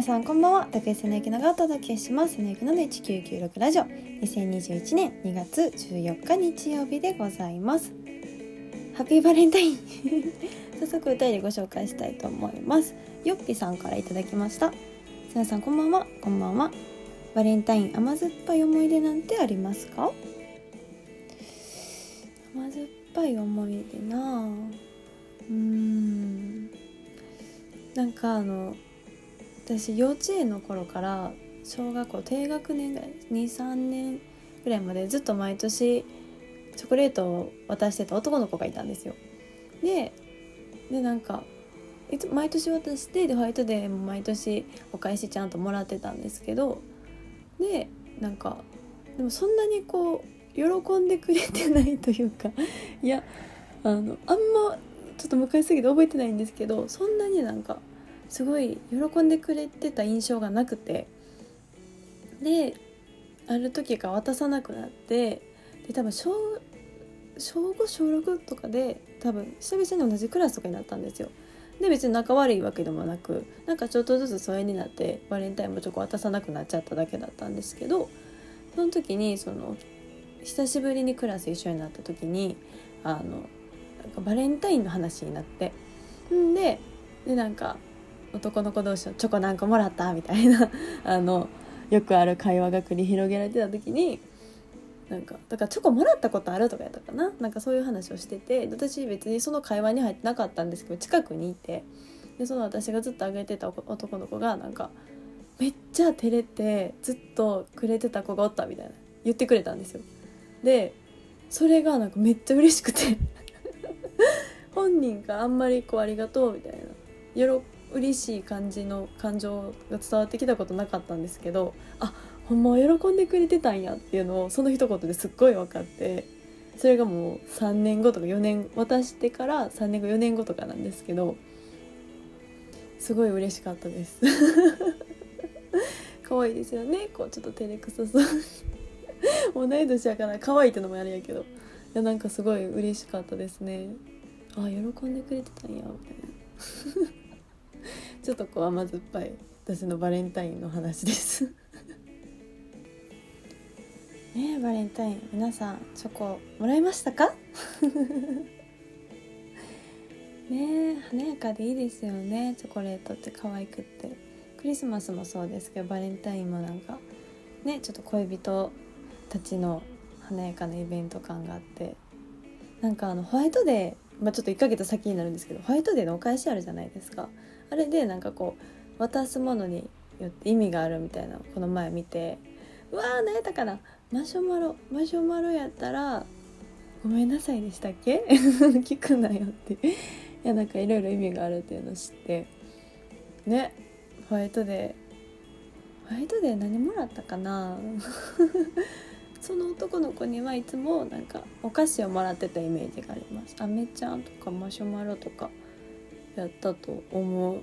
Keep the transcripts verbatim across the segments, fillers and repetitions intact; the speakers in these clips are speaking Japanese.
さんこんばんは。竹内瀬野ゆきのがお届けします。瀬野ゆきのいちきゅうきゅうろくラジオ、にせんにじゅういちねんにがつじゅうよっか日曜日でございます。ハッピーバレンタイン早速歌いでご紹介したいと思います。よっぴさんからいただきました。瀬野さんこんばんは。こんばんは。バレンタイン甘酸っぱい思い出なんてありますか？甘酸っぱい思い出なうーんなんかあの私幼稚園の頃から小学校低学年ぐらい に,さん 年ぐらいまでずっと毎年チョコレートを渡してた男の子がいたんですよ。で、でなんかいつ毎年渡してでホワイトデーも毎年お返しちゃんともらってたんですけど、でなんかでもそんなにこう喜んでくれてないというかいやあのあんまちょっと昔すぎて覚えてないんですけど、そんなになんかすごい喜んでくれてた印象がなくて、である時から渡さなくなって、で多分小小ご小ろくとかで多分久々に同じクラスとかになったんですよ。で別に仲悪いわけでもなく、なんかちょっとずつ疎遠になってバレンタインもチョコ渡さなくなっちゃっただけだったんですけど、その時にその久しぶりにクラス一緒になった時にあのなんかバレンタインの話になって、んででなんか男の子同士のチョコ何個もらったみたいなあのよくある会話が繰り広げられてた時に、なんかだからチョコもらったことあるとかやったかな、なんかそういう話をしてて、私別にその会話に入ってなかったんですけど近くにいて、でその私がずっとあげてた男の子がなんかめっちゃ照れてずっとくれてた子がおったみたいな言ってくれたんですよ。でそれがなんかめっちゃ嬉しくて本人からあんまりこうありがとうみたいなよろ嬉しい感じの感情が伝わってきたことなかったんですけど、あほんまは喜んでくれてたんやっていうのをその一言ですっごい分かって、それがもうさんねんごとかよねん渡してからさんねんごよねんごとかなんですけど、すごい嬉しかったです可愛いですよね、こうちょっと照れくさそう同い年やから可愛いってのもあれやけど、いやなんかすごい嬉しかったですね。あ喜んでくれてたんやみたいなちょっとこう甘酸っぱい私のバレンタインの話ですねえ、バレンタイン皆さんチョコもらいましたかねえ華やかでいいですよね。チョコレートって可愛くって、クリスマスもそうですけどバレンタインもなんかねちょっと恋人たちの華やかなイベント感があって、なんかあのホワイトデー、まあ、ちょっといっかげつ先になるんですけどホワイトデーのお返しあるじゃないですか。あれでなんかこう渡すものによって意味があるみたいなのをこの前見て、うわー何やったかな、マシュマロマシュマロやったらごめんなさいでしたっけ聞くなよっていやなんかいろいろ意味があるっていうのを知ってね。ホワイトデーホワイトデー何もらったかなその男の子にはいつもなんかお菓子をもらってたイメージがあります。アメちゃんとかマシュマロとかやったと思う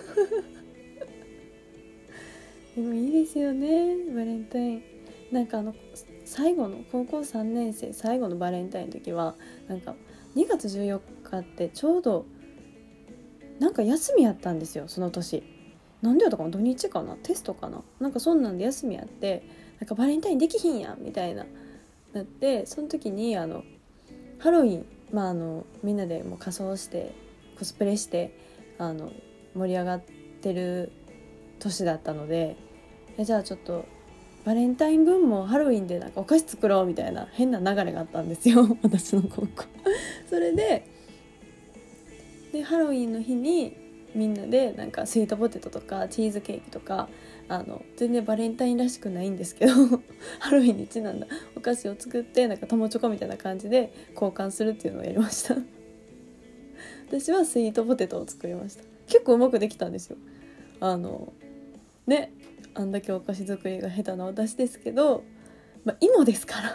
でもいいですよねバレンタイン。なんかあの最後の高校さんねん生最後のバレンタインの時はなんかにがつじゅうよっかってちょうどなんか休みやったんですよ。その年なんでやったかな、土日かな、テストかな、なんかそんなんで休みやって、なんかバレンタインできひんやんみたいななって、その時にあのハロウィン、まあ、あのみんなでもう仮装してコスプレしてあの盛り上がってる年だったので、えじゃあちょっとバレンタイン分もハロウィンでなんかお菓子作ろうみたいな変な流れがあったんですよ私の高校それででハロウィンの日にみんなでなんかスイートポテトとかチーズケーキとかあの全然バレンタインらしくないんですけどハロウィンにちなんだお菓子を作ってなんか友チョコみたいな感じで交換するっていうのをやりました私はスイートポテトを作りました。結構うまくできたんですよ。あのねあんだけお菓子作りが下手な私ですけど、まあ、芋ですから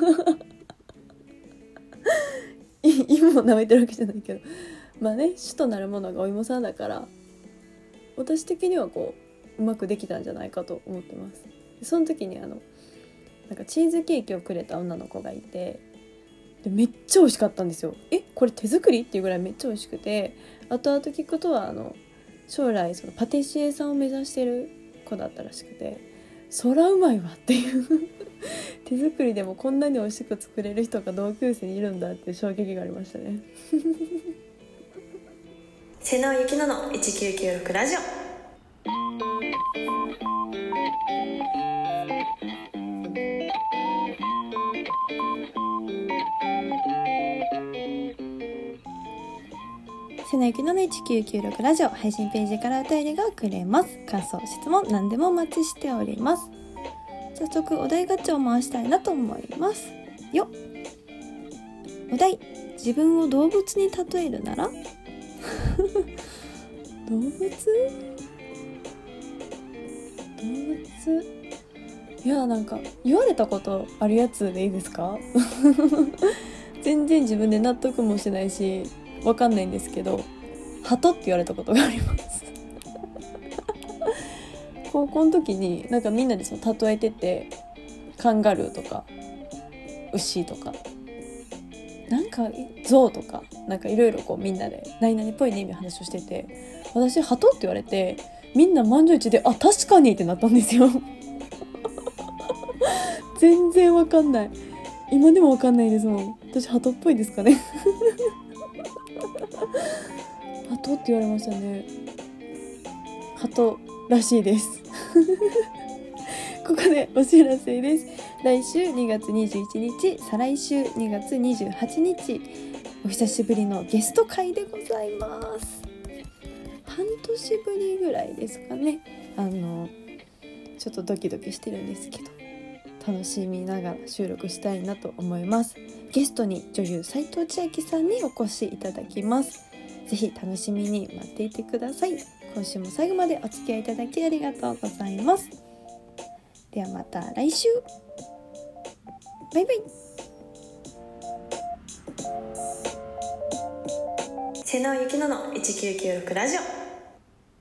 芋を舐めてるわけじゃないけど、まあね主となるものがお芋さんだから私的にはこううまくできたんじゃないかと思ってます。その時にあのなんかチーズケーキをくれた女の子がいて、でめっちゃ美味しかったんですよ。えこれ手作りっていうぐらいめっちゃ美味しくて、後々聞くとはあの将来そのパティシエさんを目指してる子だったらしくて、そらうまいわっていう手作りでもこんなに美味しく作れる人が同級生にいるんだって衝撃がありましたね瀬野ゆきののいちきゅうきゅうろくラジオ。瀬野ゆきののいちきゅうきゅうろくラジオ、配信ページからお便りがくれます。感想、質問、何でもお待ちしております。早速お題ガチャを回したいなと思いますよ。お題、自分を動物に例えるなら動物動物いや、なんか言われたことあるやつでいいですか全然自分で納得もしないしわかんないんですけど、鳩って言われたことがあります高校の時になんかみんなでその例えてて、カンガルーとか牛とかなんか象とかなんかいろいろこうみんなで何々っぽいねみたいな話をしてて、私鳩って言われてみんな満場一致であ確かにってなったんですよ全然わかんない、今でもわかんないですもん。私鳩っぽいですかね鳩って言われましたね。鳩らしいですここでお知らせです。来週にがつにじゅういちにち、再来週にがつにじゅうはちにち、お久しぶりのゲスト会でございます。半年ぶりぐらいですかね。あのちょっとドキドキしてるんですけど、楽しみながら収録したいなと思います。ゲストに女優斉藤千秋さんにお越しいただきます。ぜひ楽しみに待っていてください。今週も最後までお付き合いいただきありがとうございます。ではまた来週、バイバイ。瀬野ゆきののいちきゅうきゅうろくラジオ。